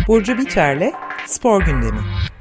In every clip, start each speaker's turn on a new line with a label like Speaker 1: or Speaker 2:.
Speaker 1: Burcu Biterle Spor Gündemi.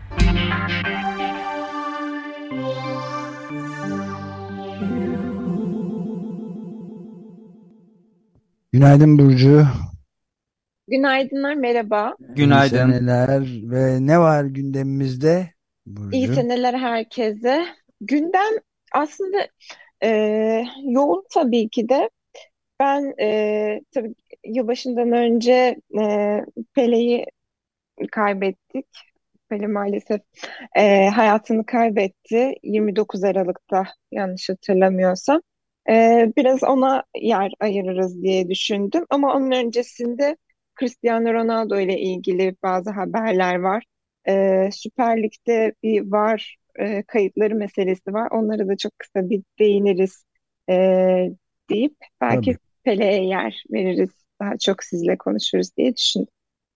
Speaker 2: Günaydın Burcu.
Speaker 3: Günaydınlar, merhaba.
Speaker 2: İyi
Speaker 4: Günaydın.
Speaker 2: seneler ve ne var gündemimizde
Speaker 3: İyi
Speaker 2: Burcu?
Speaker 3: seneler herkese. Gündem aslında yoğun tabii ki de. Ben tabii yılbaşından önce Pele'yi kaybettik. Pele maalesef hayatını kaybetti. 29 Aralık'ta yanlış hatırlamıyorsam. Biraz ona yer ayırırız diye düşündüm. Ama onun öncesinde Cristiano Ronaldo ile ilgili bazı haberler var. Süper Lig'de bir VAR kayıtları meselesi var. Onlara da çok kısa bir değiniriz e, deyip
Speaker 2: Tabii.
Speaker 3: belki Pele'ye yer veririz. Daha çok sizle konuşuruz diye düşündüm.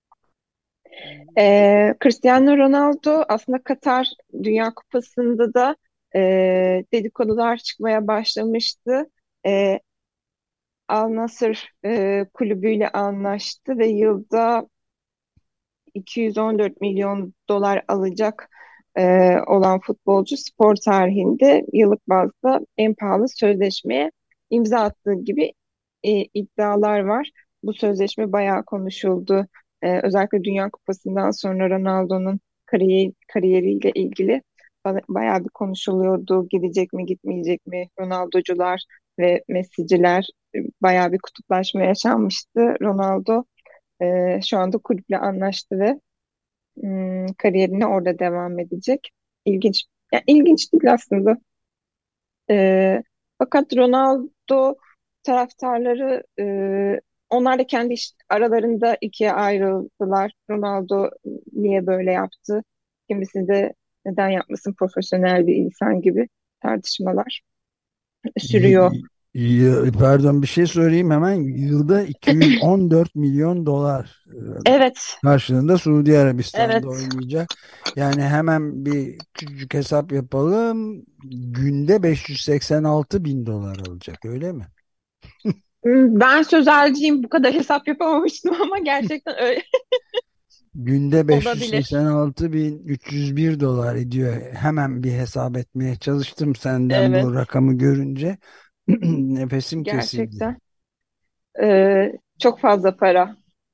Speaker 3: Cristiano Ronaldo aslında Katar Dünya Kupası'nda da dedikodular çıkmaya başlamıştı. Ee, Al Nassr kulübüyle anlaştı ve yılda 214 milyon dolar alacak olan futbolcu spor tarihinde yıllık bazda en pahalı sözleşmeye imza attığı gibi iddialar var. Bu sözleşme bayağı konuşuldu. Özellikle Dünya Kupası'ndan sonra Ronaldo'nun kariyeriyle ilgili bayağı bir konuşuluyordu. Gidecek mi, gitmeyecek mi? Ronaldocular ve Messi'ciler bayağı bir kutuplaşma yaşanmıştı. Ronaldo şu anda kulüple anlaştı ve kariyerine orada devam edecek. İlginç. Ya, ilginç değil aslında. Fakat Ronaldo taraftarları onlar da kendi aralarında ikiye ayrıldılar. Ronaldo niye böyle yaptı? Kimisi de neden yapmasın profesyonel bir insan gibi tartışmalar sürüyor.
Speaker 2: Y- Pardon bir şey sorayım hemen. Yılda 214 milyon dolar
Speaker 3: Evet,
Speaker 2: karşılığında Suudi Arabistan'da
Speaker 3: evet.
Speaker 2: oynayacak. Yani hemen bir küçücük hesap yapalım. Günde 586 bin dolar alacak öyle mi?
Speaker 3: Ben sözelciyim, bu kadar hesap yapamamıştım ama gerçekten öyle
Speaker 2: Günde
Speaker 3: olabilir.
Speaker 2: 586 bin 301 dolar ediyor. Hemen bir hesap etmeye çalıştım senden bu
Speaker 3: Evet,
Speaker 2: rakamı görünce. Nefesim kesildi.
Speaker 3: gerçekten. Çok fazla para.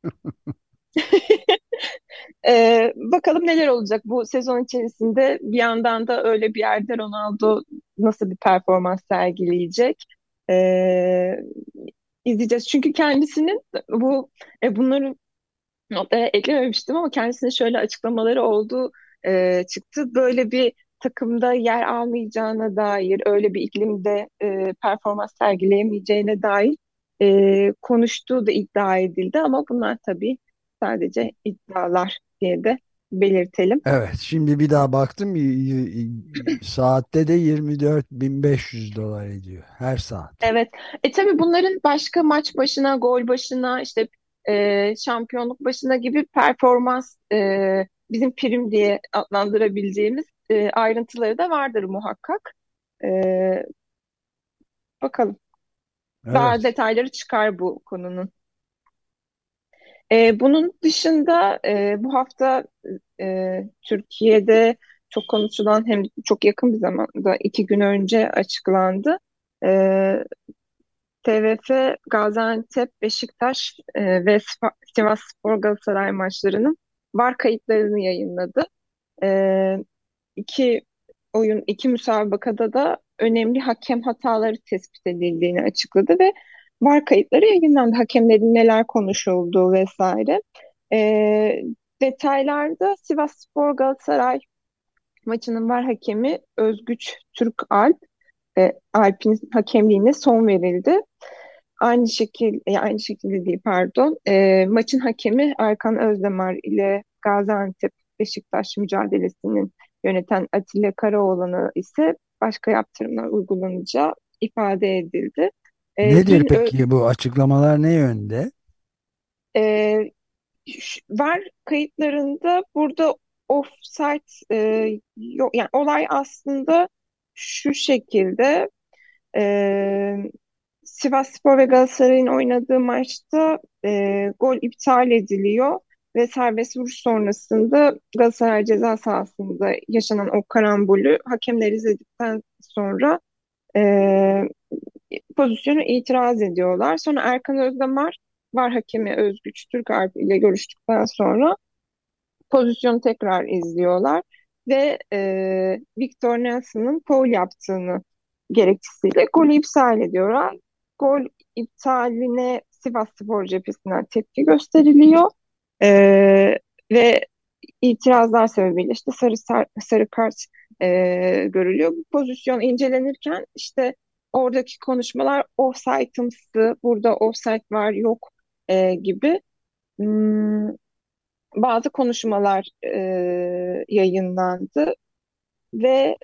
Speaker 3: Bakalım neler olacak bu sezon içerisinde. Bir yandan da öyle bir yerde Ronaldo nasıl bir performans sergileyecek. Ee, izleyeceğiz. Çünkü kendisinin bunları notlara eklememiştim ama kendisinin şöyle açıklamaları oldu çıktı. Böyle bir takımda yer almayacağına dair, öyle bir iklimde performans sergileyemeyeceğine dair konuştuğu da iddia edildi ama bunlar tabii sadece iddialar diye de belirtelim.
Speaker 2: Evet, şimdi bir daha baktım saatte de 24.500 dolar ediyor her saat.
Speaker 3: Evet. Tabii bunların başka maç başına, gol başına, işte şampiyonluk başına gibi performans bizim prim diye adlandırabileceğimiz ayrıntıları da vardır muhakkak. E, bakalım. Daha
Speaker 2: Evet.
Speaker 3: detayları çıkar bu konunun. Bunun dışında bu hafta Türkiye'de çok konuşulan hem çok yakın bir zamanda 2 gün önce açıklandı. E, TFF Gaziantep, Beşiktaş ve Sivasspor Galatasaray maçlarının VAR kayıtlarını yayınladı. E, iki iki müsabakada da önemli hakem hataları tespit edildiğini açıkladı ve VAR kayıtları yayınlandı. Hakemlerin neler konuşulduğu vesaire. E, detaylarda Sivasspor Galatasaray maçının VAR hakemi Özgüç Türk Alp, Alp'in hakemliğine son verildi. Aynı şekilde değil pardon. Maçın hakemi Erkan Özdemir ile Gaziantep Beşiktaş mücadelesinin yöneten Atilla Karaoğlan'a ise başka yaptırımlar uygulanacağı ifade edildi.
Speaker 2: Nedir
Speaker 3: Dün
Speaker 2: peki bu açıklamalar ne yönde?
Speaker 3: e, var kayıtlarında burada offside yok. Yani olay aslında şu şekilde. Ee, Sivasspor ve Galatasaray'ın oynadığı maçta gol iptal ediliyor ve serbest vuruş sonrasında Galatasaray ceza sahasında yaşanan o karambolü hakemler izledikten sonra e, pozisyonu itiraz ediyorlar. Sonra Erkan Özdamar VAR hakemi Özgüç Türkalp ile görüştükten sonra pozisyonu tekrar izliyorlar ve Victor Nelson'ın faul yaptığını gerekçesiyle golü iptal ediyorlar. Gol iptaline Sivasspor cephesinden tepki gösteriliyor. E, ve itirazlar sebebiyle işte sarı kart görülüyor. Bu pozisyon incelenirken işte oradaki konuşmalar offside'ımsı, burada offside var yok gibi hmm, bazı konuşmalar yayınlandı ve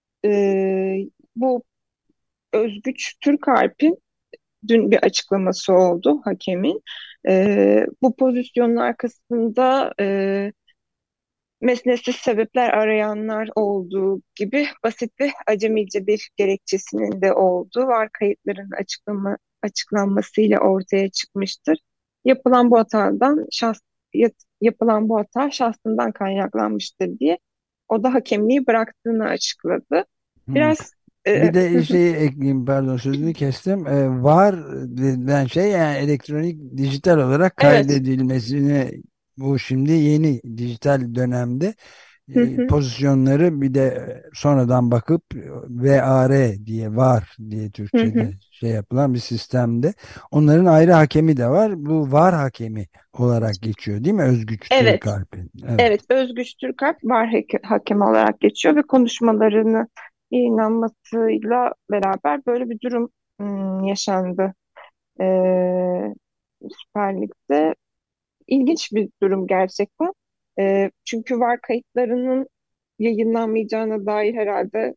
Speaker 3: bu Özgüç Türkalp'in dün bir açıklaması oldu hakemin. Bu pozisyonun arkasında mesnetsiz sebepler arayanlar olduğu gibi basit ve acemice bir gerekçesinin de olduğu VAR kayıtlarının açıklanmasıyla ortaya çıkmıştır. Yapılan bu hatadan şahs, yapılan bu hata şahsından kaynaklanmıştır diye o da hakemliği bıraktığını açıkladı.
Speaker 2: Hı.
Speaker 3: Biraz
Speaker 2: Bir de şeyi ekleyeyim, pardon sözünü kestim. Var denilen şey yani elektronik dijital olarak
Speaker 3: evet.
Speaker 2: kaydedilmesini, bu şimdi yeni dijital dönemde pozisyonları bir de sonradan bakıp VAR diye, var diye Türkçe'de şey yapılan bir sistemde onların ayrı hakemi de var. Bu var hakemi olarak geçiyor değil mi? Özgüç
Speaker 3: Evet.
Speaker 2: Türkalp'in. Evet.
Speaker 3: Evet, Özgüç Türkalp VAR hakemi olarak geçiyor ve konuşmalarını yayınlanmasıyla beraber böyle bir durum yaşandı. Süper Lig'de. İlginç bir durum gerçekten. Çünkü VAR kayıtlarının yayınlanmayacağına dair herhalde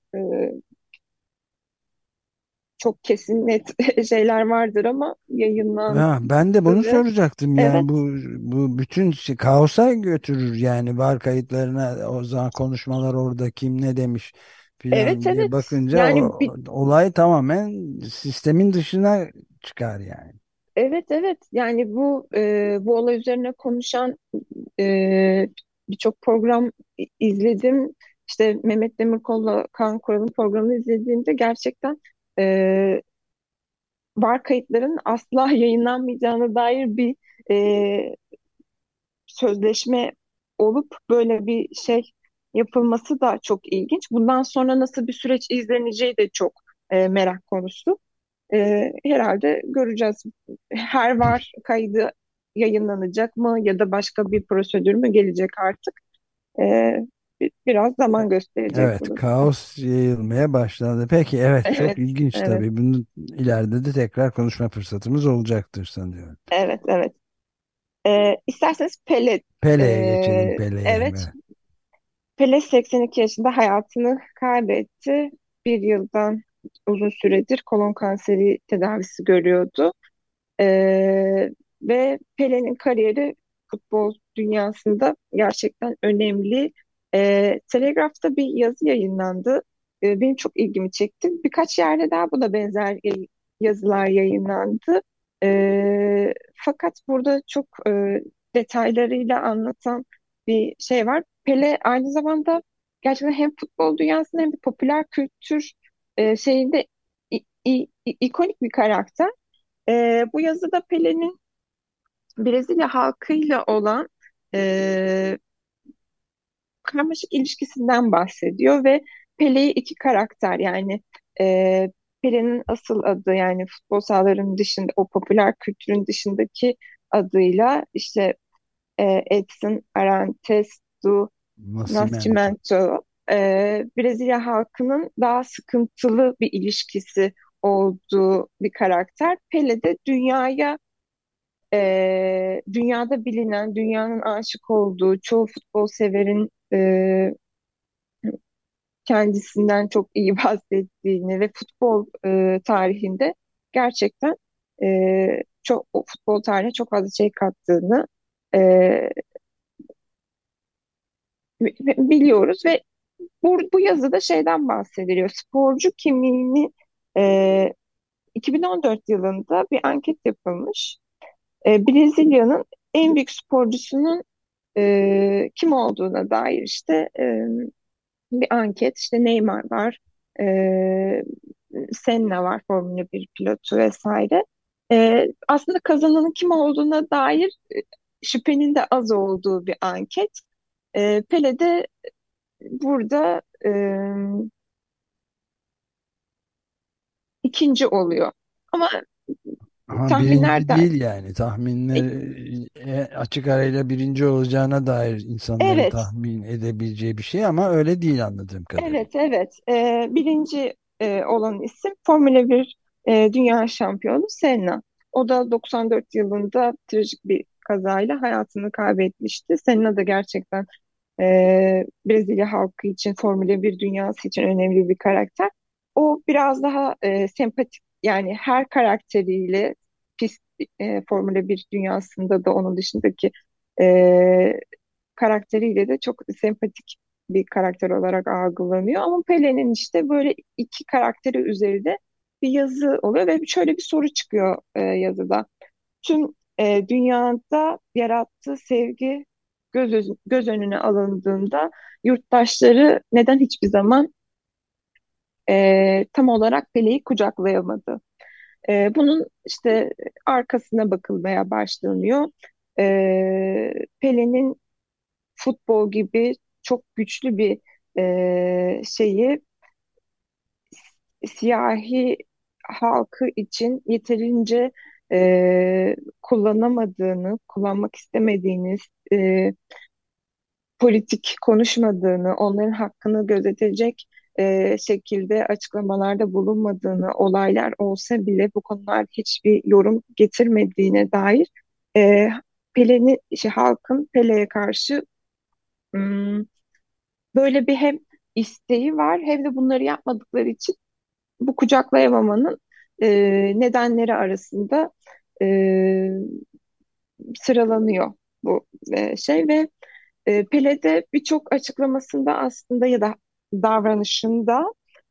Speaker 3: çok kesin net şeyler vardır ama yayınlandı
Speaker 2: Ha, ben de bunu
Speaker 3: ve
Speaker 2: soracaktım.
Speaker 3: evet,
Speaker 2: Yani bu bütün kaosa götürür yani, var kayıtlarına o zaman konuşmalar, orada kim ne demiş
Speaker 3: evet,
Speaker 2: filan diye
Speaker 3: evet.
Speaker 2: bakınca
Speaker 3: Yani
Speaker 2: olay tamamen sistemin dışına çıkar yani.
Speaker 3: evet, evet. Yani bu olay üzerine konuşan e, birçok program izledim. İşte Mehmet Demirkol'la Kaan Kural'ın programını izlediğimde gerçekten e, VAR kayıtların asla yayınlanmayacağına dair bir e, sözleşme olup böyle bir şey yapılması da çok ilginç. Bundan sonra nasıl bir süreç izleneceği de çok merak konusu. Herhalde göreceğiz. Her VAR kaydı yayınlanacak mı ya da başka bir prosedür mü gelecek artık? Ee, biraz zaman gösterecek
Speaker 2: Evet,
Speaker 3: bunu bize.
Speaker 2: kaos yayılmaya başladı. Peki, evet, çok
Speaker 3: Evet,
Speaker 2: ilginç
Speaker 3: evet,
Speaker 2: tabii. Bunu ileride de tekrar konuşma fırsatımız olacaktır sanıyorum.
Speaker 3: evet, evet. İsterseniz Pele,
Speaker 2: Pele'ye geçelim, Pele'ye.
Speaker 3: evet,
Speaker 2: Evet.
Speaker 3: Pele 82 yaşında hayatını kaybetti. Bir yıldan uzun süredir kolon kanseri tedavisi görüyordu. Ee, ve Pele'nin kariyeri futbol dünyasında gerçekten önemli. Telegraph'ta bir yazı yayınlandı. Benim çok ilgimi çekti. Birkaç yerde daha buna benzer yazılar yayınlandı. Fakat burada çok detaylarıyla anlatan bir şey var. Pele aynı zamanda gerçekten hem futbol dünyasında hem de popüler kültür şeyinde ikonik bir karakter. Bu yazıda Pele'nin Brezilya halkıyla olan e, karmaşık ilişkisinden bahsediyor ve Pele'yi iki karakter yani Pele'nin asıl adı yani futbol sahalarının dışında o popüler kültürün dışındaki adıyla işte Edson Arantes do
Speaker 2: Nascimento.
Speaker 3: Nascimento, Brezilya halkının daha sıkıntılı bir ilişkisi olduğu bir karakter. Pele de dünyada bilinen, dünyanın aşık olduğu, çoğu futbol severin kendisinden çok iyi bahsettiğini ve futbol tarihinde gerçekten çok o futbol tarihine çok fazla şey kattığını e, biliyoruz ve bu yazıda şeyden bahsediliyor. Sporcu kimliğini e, 2014 yılında bir anket yapılmış. Brezilya'nın en büyük sporcusunun Kim olduğuna dair işte bir anket, işte Neymar var, e, Senna var, Formula bir pilotu vesaire. Aslında kazananın kim olduğuna dair şüphenin de az olduğu bir anket. Pele de burada ikinci oluyor. Ama
Speaker 2: Ama birinci
Speaker 3: tahminler de
Speaker 2: değil yani. Tahminler açık arayla birinci olacağına dair insanların
Speaker 3: evet,
Speaker 2: tahmin edebileceği bir şey ama öyle değil anladığım kadarıyla.
Speaker 3: evet. Birinci olan isim Formula bir dünya şampiyonu Senna. O da 94 yılında trajik bir kazayla hayatını kaybetmişti. Senna da gerçekten Brezilya halkı için, Formula bir dünyası için önemli bir karakter. O biraz daha sempatik, yani her karakteriyle pist Formula bir dünyasında da onun dışındaki e, karakteriyle de çok sempatik bir karakter olarak algılanıyor. Ama Pelé'nin işte böyle iki karakteri üzerinde bir yazı oluyor ve şöyle bir soru çıkıyor yazıda. Tüm dünyada yarattığı sevgi göz önüne alındığında yurttaşları neden hiçbir zaman tam olarak Pele'yi kucaklayamadı? Bunun işte arkasına bakılmaya başlanıyor. Pele'nin futbol gibi çok güçlü bir şeyi siyahi halkı için yeterince kullanamadığını, kullanmak istemediğini, e, politik konuşmadığını, onların hakkını gözetecek şekilde açıklamalarda bulunmadığını, olaylar olsa bile bu konularda hiçbir yorum getirmediğine dair e, Pele'nin, şey, halkın Pele'ye karşı hmm, böyle bir hem isteği var hem de bunları yapmadıkları için bu kucaklayamamanın nedenleri arasında e, sıralanıyor bu şey ve Pele de birçok açıklamasında aslında ya da davranışında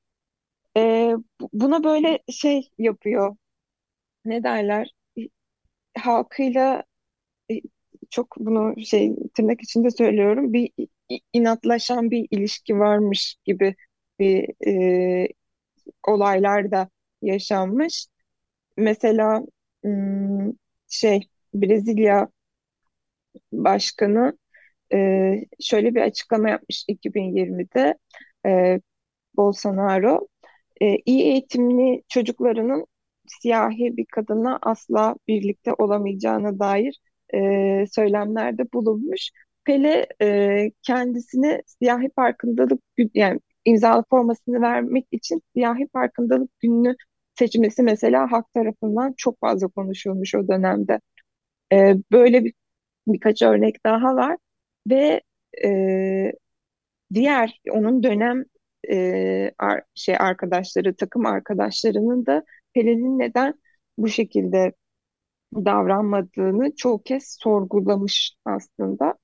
Speaker 3: buna böyle şey yapıyor. Ne derler? Halkıyla e, çok bunu şey tırnak içinde söylüyorum. Bir inatlaşan bir ilişki varmış gibi bir olaylar da yaşanmış. Mesela hmm, şey Brezilya Başkanı şöyle bir açıklama yapmış 2020'de. Bolsonaro iyi eğitimli çocuklarının siyahi bir kadına asla birlikte olamayacağına dair söylemlerde bulunmuş. Pele kendisine siyahi farkındalık yani imzalı formasını vermek için siyahi farkındalık gününü seçmesi mesela halk tarafından çok fazla konuşulmuş o dönemde. Böyle birkaç örnek daha var ve e, diğer onun dönem arkadaşları, takım arkadaşlarının da Pelin'in neden bu şekilde davranmadığını çoğu kez sorgulamış aslında.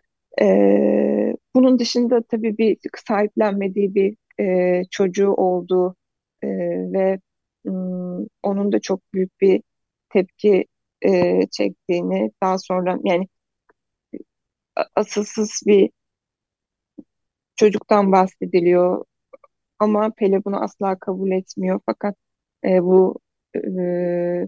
Speaker 3: Bunun dışında tabii bir sahiplenmediği bir çocuğu olduğu ve onun da çok büyük bir tepki çektiğini, daha sonra yani asılsız bir çocuktan bahsediliyor. Ama Pele bunu asla kabul etmiyor. Fakat bu e,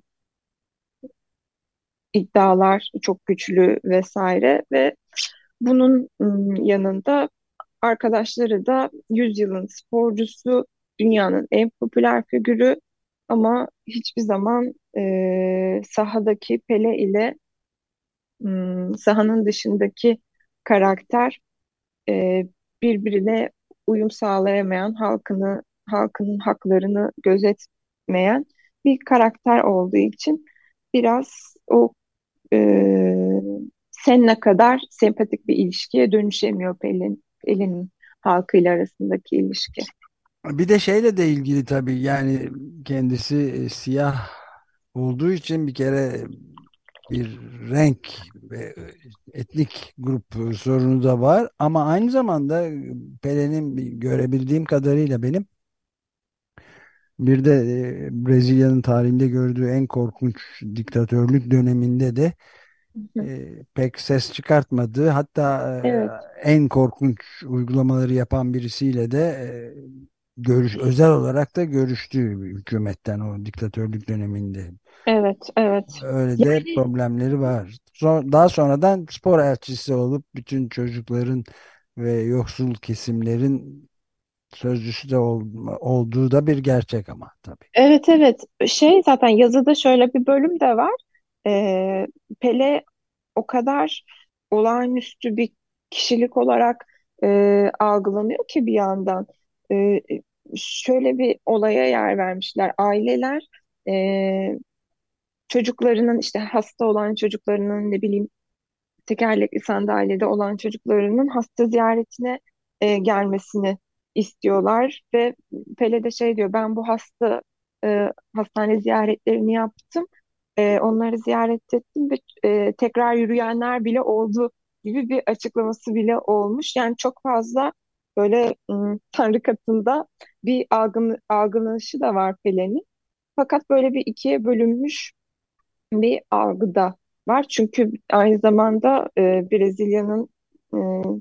Speaker 3: iddialar çok güçlü vesaire ve bunun yanında arkadaşları da yüzyılın sporcusu, dünyanın en popüler figürü ama hiçbir zaman sahadaki Pele ile sahanın dışındaki karakter e, birbirine uyum sağlayamayan, halkının haklarını gözetmeyen bir karakter olduğu için biraz o e, Senna kadar sempatik bir ilişkiye dönüşemiyor Pelin'in halkıyla arasındaki ilişki.
Speaker 2: Bir de şeyle de ilgili tabii yani kendisi siyah olduğu için bir kere bir renk ve etnik grup sorunu da var ama aynı zamanda Pele'nin görebildiğim kadarıyla benim bir de Brezilya'nın tarihinde gördüğü en korkunç diktatörlük döneminde de pek ses çıkartmadığı, hatta
Speaker 3: Evet,
Speaker 2: en korkunç uygulamaları yapan birisiyle de özel olarak da görüştüğü bir hükümetten, o diktatörlük döneminde.
Speaker 3: evet, evet.
Speaker 2: Öyle de
Speaker 3: Yani
Speaker 2: problemleri var. Daha sonradan spor elçisi olup bütün çocukların ve yoksul kesimlerin sözcüsü de olduğu da bir gerçek ama tabii.
Speaker 3: evet, evet. Zaten yazıda şöyle bir bölüm de var. Ee, Pele o kadar olağanüstü bir kişilik olarak algılanıyor ki bir yandan. E, Şöyle bir olaya yer vermişler. Aileler e, çocuklarının, işte hasta olan çocuklarının, ne bileyim, tekerlekli sandalyede olan çocuklarının hasta ziyaretine gelmesini istiyorlar ve Pele de diyor, ben bu hastane ziyaretlerini yaptım. Onları ziyaret ettim ve tekrar yürüyenler bile oldu gibi bir açıklaması bile olmuş. Yani çok fazla böyle Tanrı katında bir algılanışı da var Pele'nin. Fakat böyle bir ikiye bölünmüş bir algı da var. Çünkü aynı zamanda Brezilya'nın e,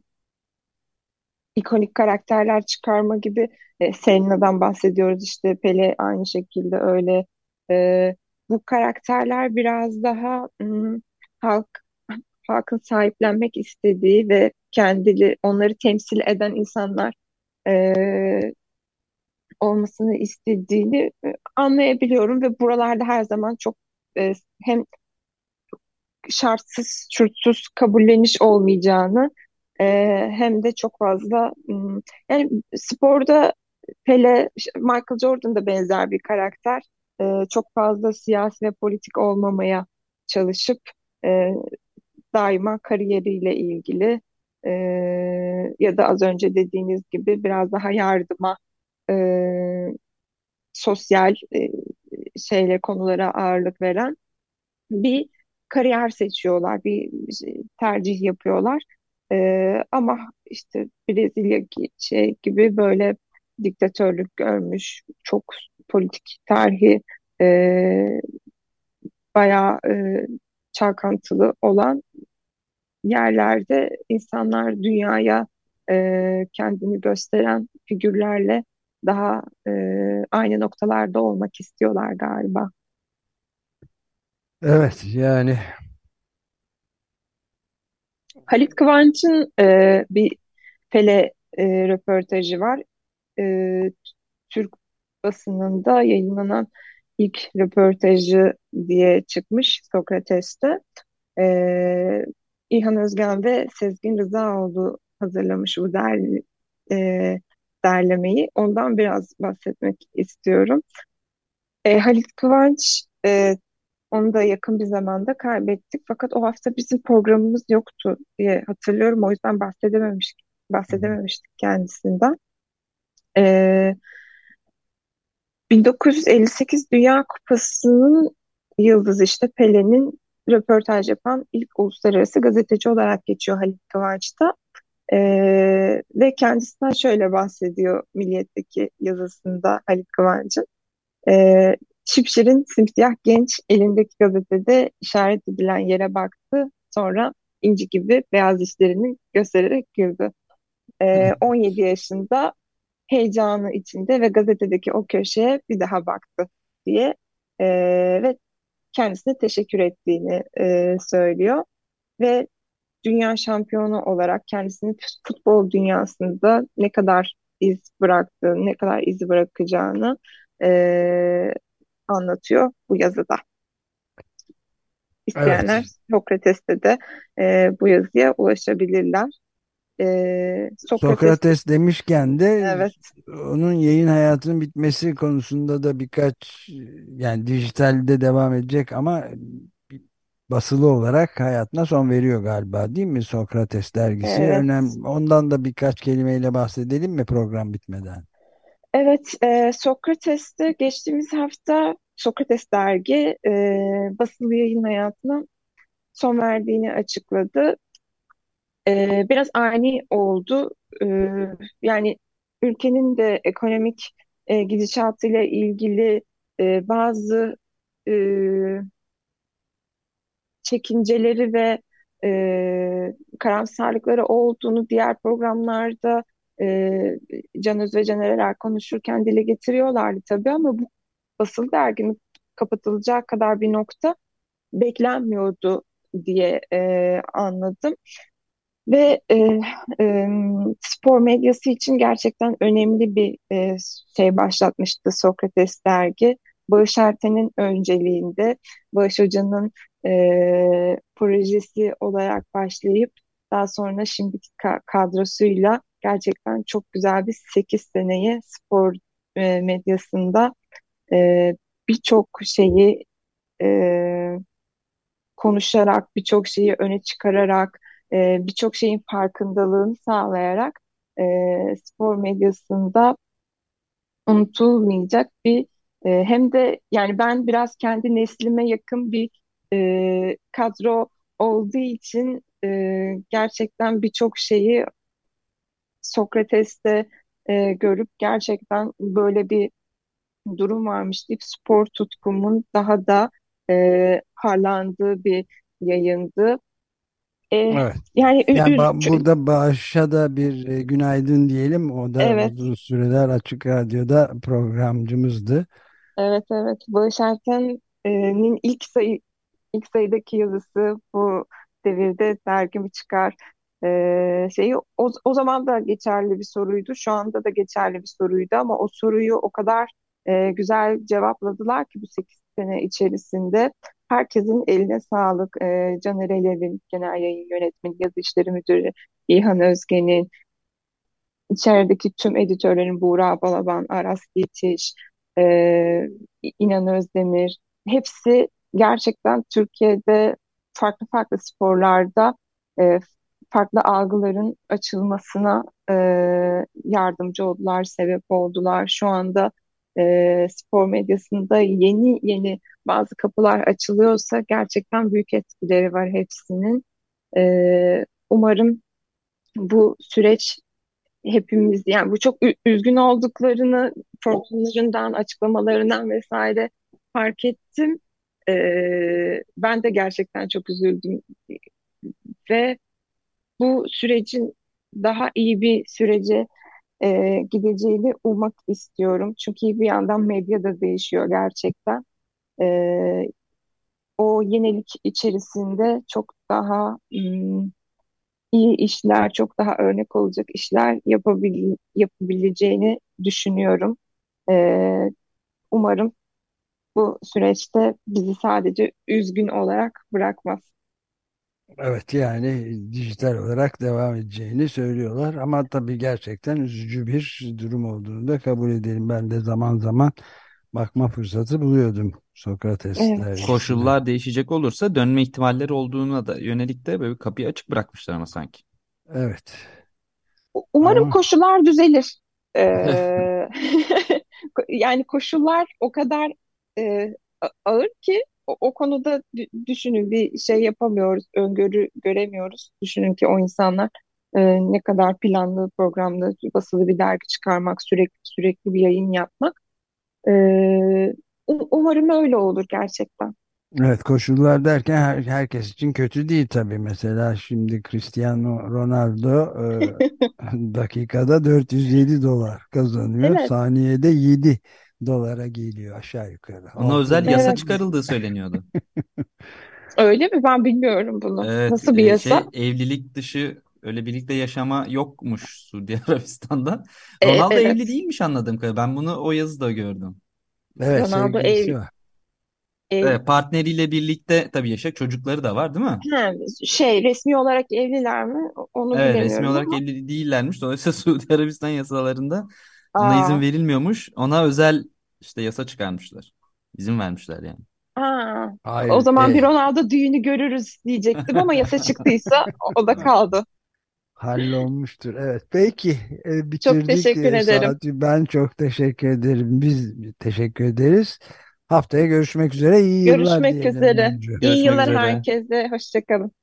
Speaker 3: ikonik karakterler çıkarma gibi, Selena'dan bahsediyoruz, işte Pele aynı şekilde öyle. Bu karakterler biraz daha halk halkın sahiplenmek istediği ve onları temsil eden insanlar e, olmasını istediğini anlayabiliyorum ve buralarda her zaman çok hem şartsız, şurtsuz kabulleniş olmayacağını, e, hem de çok fazla yani sporda Pele, Michael Jordan da benzer bir karakter. Çok fazla siyasi ve politik olmamaya çalışıp e, daima kariyeriyle ilgili, e, ya da az önce dediğiniz gibi biraz daha yardıma, e, sosyal konulara ağırlık veren bir kariyer seçiyorlar, bir tercih yapıyorlar. Ama işte Brezilya gibi böyle diktatörlük görmüş, çok politik tarihi e, bayağı çalkantılı olan yerlerde insanlar dünyaya kendini gösteren figürlerle daha aynı noktalarda olmak istiyorlar galiba.
Speaker 2: Evet, yani
Speaker 3: Halit Kıvanç'ın bir Pele röportajı var. E, Türk basınında yayınlanan ilk röportajı diye çıkmış Sokrates'te. E, İlhan Özgen ve Sezgin Rızaoğlu hazırlamış bu e, derlemeyi. Ondan biraz bahsetmek istiyorum. Halit Kıvanç, onu da yakın bir zamanda kaybettik. Fakat o hafta bizim programımız yoktu diye hatırlıyorum. O yüzden bahsedememiştik kendisinden. Ee, 1958 Dünya Kupası'nın yıldızı, işte Pelé'nin, röportaj yapan ilk uluslararası gazeteci olarak geçiyor Halit Kıvanç'ta. Ve kendisinden şöyle bahsediyor Milliyet'teki yazısında Halit Kıvanç'ın. Şipşir'in simsiyah genç elindeki gazetede işaret edilen yere baktı. Sonra inci gibi beyaz dişlerini göstererek güldü. 17 yaşında, heyecanı içinde ve gazetedeki o köşeye bir daha baktı diye ve kendisine teşekkür ettiğini söylüyor. Ve dünya şampiyonu olarak kendisinin futbol dünyasında ne kadar iz bıraktığını, ne kadar izi bırakacağını e, anlatıyor bu yazıda.
Speaker 2: evet.
Speaker 3: İsteyenler Sokrates'te de bu yazıya ulaşabilirler. Sokrates,
Speaker 2: Sokrates demişken de
Speaker 3: evet,
Speaker 2: onun yayın hayatının bitmesi konusunda da birkaç, yani dijitalde devam edecek ama basılı olarak hayatına son veriyor galiba, değil mi? Sokrates dergisi
Speaker 3: evet,
Speaker 2: önemli. Ondan da birkaç kelimeyle bahsedelim mi program bitmeden?
Speaker 3: evet. Sokrates'te geçtiğimiz hafta Sokrates dergi basılı yayın hayatına son verdiğini açıkladı. Biraz ani oldu. Yani ülkenin de ekonomik gidişatıyla ilgili bazı e, çekinceleri ve karamsarlıkları olduğunu diğer programlarda Can Öz ve Caner Erer konuşurken dile getiriyorlardı tabii, ama bu basılı derginin kapatılacağı kadar bir nokta beklenmiyordu diye anladım. Ve spor medyası için gerçekten önemli bir şey başlatmıştı Sokrates dergi. Bağış Erten'in önceliğinde Bağış Hoca'nın projesi olarak başlayıp daha sonra şimdiki kadrosuyla gerçekten çok güzel bir 8 seneyi spor medyasında birçok şeyi e, konuşarak, birçok şeyi öne çıkararak, birçok şeyin farkındalığını sağlayarak spor medyasında unutulmayacak bir hem de yani ben biraz kendi neslime yakın bir kadro olduğu için gerçekten birçok şeyi Sokrates'te görüp gerçekten böyle bir durum varmış deyip spor tutkumun daha da harlandığı bir yayındı. E,
Speaker 2: Evet.
Speaker 3: yani
Speaker 2: Yani burada Bağış'a da bir günaydın diyelim. O da
Speaker 3: evet,
Speaker 2: uzun süreler Açık Radyo'da programcımızdı.
Speaker 3: evet. Barış Erten'in ilk sayıdaki yazısı bu devirde dergi mi çıkar şeyi o zaman da geçerli bir soruydu. Şu anda da geçerli bir soruydu, ama o soruyu o kadar güzel cevapladılar ki bu 8 sene içerisinde. Herkesin eline sağlık. Caner Elev'in, genel yayın yönetmeni, yazı işleri müdürü İlhan Özgen'in, İçerideki tüm editörlerin Buğra Balaban, Aras Yetiş, İnan Özdemir, hepsi gerçekten Türkiye'de farklı farklı sporlarda e, farklı algıların açılmasına yardımcı oldular, sebep oldular. Şu anda spor medyasında yeni yeni bazı kapılar açılıyorsa gerçekten büyük etkileri var hepsinin. Umarım bu süreç hepimiz, yani bu çok üzgün olduklarını programlarından, açıklamalarından vesaire fark ettim. Ben de gerçekten çok üzüldüm ve bu sürecin daha iyi bir sürece gideceğini ummak istiyorum. Çünkü bir yandan medya da değişiyor gerçekten. E, O yenilik içerisinde çok daha iyi işler, çok daha örnek olacak işler yapabileceğini düşünüyorum. Ee, Umarım bu süreçte bizi sadece üzgün olarak bırakmaz.
Speaker 2: Evet, yani dijital olarak devam edeceğini söylüyorlar ama tabii gerçekten üzücü bir durum olduğunu da kabul edelim. Ben de zaman zaman bakma fırsatı buluyordum Sokrates
Speaker 3: Evet.
Speaker 2: dergisine.
Speaker 4: Koşullar değişecek olursa dönme ihtimalleri olduğuna da yönelik de böyle bir kapıyı açık bırakmışlar ama sanki.
Speaker 2: Evet
Speaker 3: Umarım
Speaker 2: ama
Speaker 3: koşullar düzelir. Ee, Yani koşullar o kadar ağır ki o konuda düşünün, bir şey yapamıyoruz, öngörü göremiyoruz. Düşünün ki o insanlar ne kadar planlı, programlı, basılı bir dergi çıkarmak, sürekli bir yayın yapmak. Umarım öyle olur gerçekten.
Speaker 2: evet, koşullar derken herkes için kötü değil tabii. Mesela şimdi Cristiano Ronaldo dakikada 407 dolar kazanıyor.
Speaker 3: Evet,
Speaker 2: Saniyede 7 dolara geliyor aşağı yukarı.
Speaker 4: Ona
Speaker 2: 6
Speaker 4: özel yasa
Speaker 3: evet.
Speaker 4: çıkarıldığı söyleniyordu.
Speaker 3: Öyle mi? Ben bilmiyorum bunu.
Speaker 4: Evet,
Speaker 3: Nasıl bir yasa?
Speaker 4: evlilik dışı öyle birlikte yaşama yokmuş Suudi Arabistan'da. Ronaldo evli
Speaker 3: Evet.
Speaker 4: değilmiş anladığım kadarıyla. Ben bunu o yazıda gördüm.
Speaker 2: Evet,
Speaker 3: Ronaldo
Speaker 2: sevgilisi var.
Speaker 3: ev,
Speaker 4: Evet, partneriyle birlikte tabii yaşak çocukları da var değil mi?
Speaker 3: ha, şey, resmi olarak evliler mi? Onu
Speaker 4: Evet, resmi
Speaker 3: bilemiyorum
Speaker 4: olarak
Speaker 3: ama.
Speaker 4: evli değillermiş. Dolayısıyla Suudi Arabistan yasalarında buna izin
Speaker 3: Aa,
Speaker 4: verilmiyormuş. Ona özel işte yasa çıkarmışlar. İzin vermişler yani.
Speaker 3: aa. O
Speaker 2: Hayır,
Speaker 3: zaman bir Ronaldo düğünü görürüz diyecektim, ama yasa çıktıysa o da kaldı.
Speaker 2: hallolmuştur. Evet, peki,
Speaker 3: Çok
Speaker 2: bitirdik
Speaker 3: teşekkür ederim.
Speaker 2: saati. Ben çok teşekkür ederim. Biz teşekkür ederiz. Haftaya görüşmek üzere. İyi yıllar
Speaker 3: Görüşmek
Speaker 2: diyelim
Speaker 3: üzere.
Speaker 2: Burcu.
Speaker 3: İyi
Speaker 4: Görüşmek
Speaker 3: yıllar
Speaker 4: üzere.
Speaker 3: herkese. Hoşça kalın.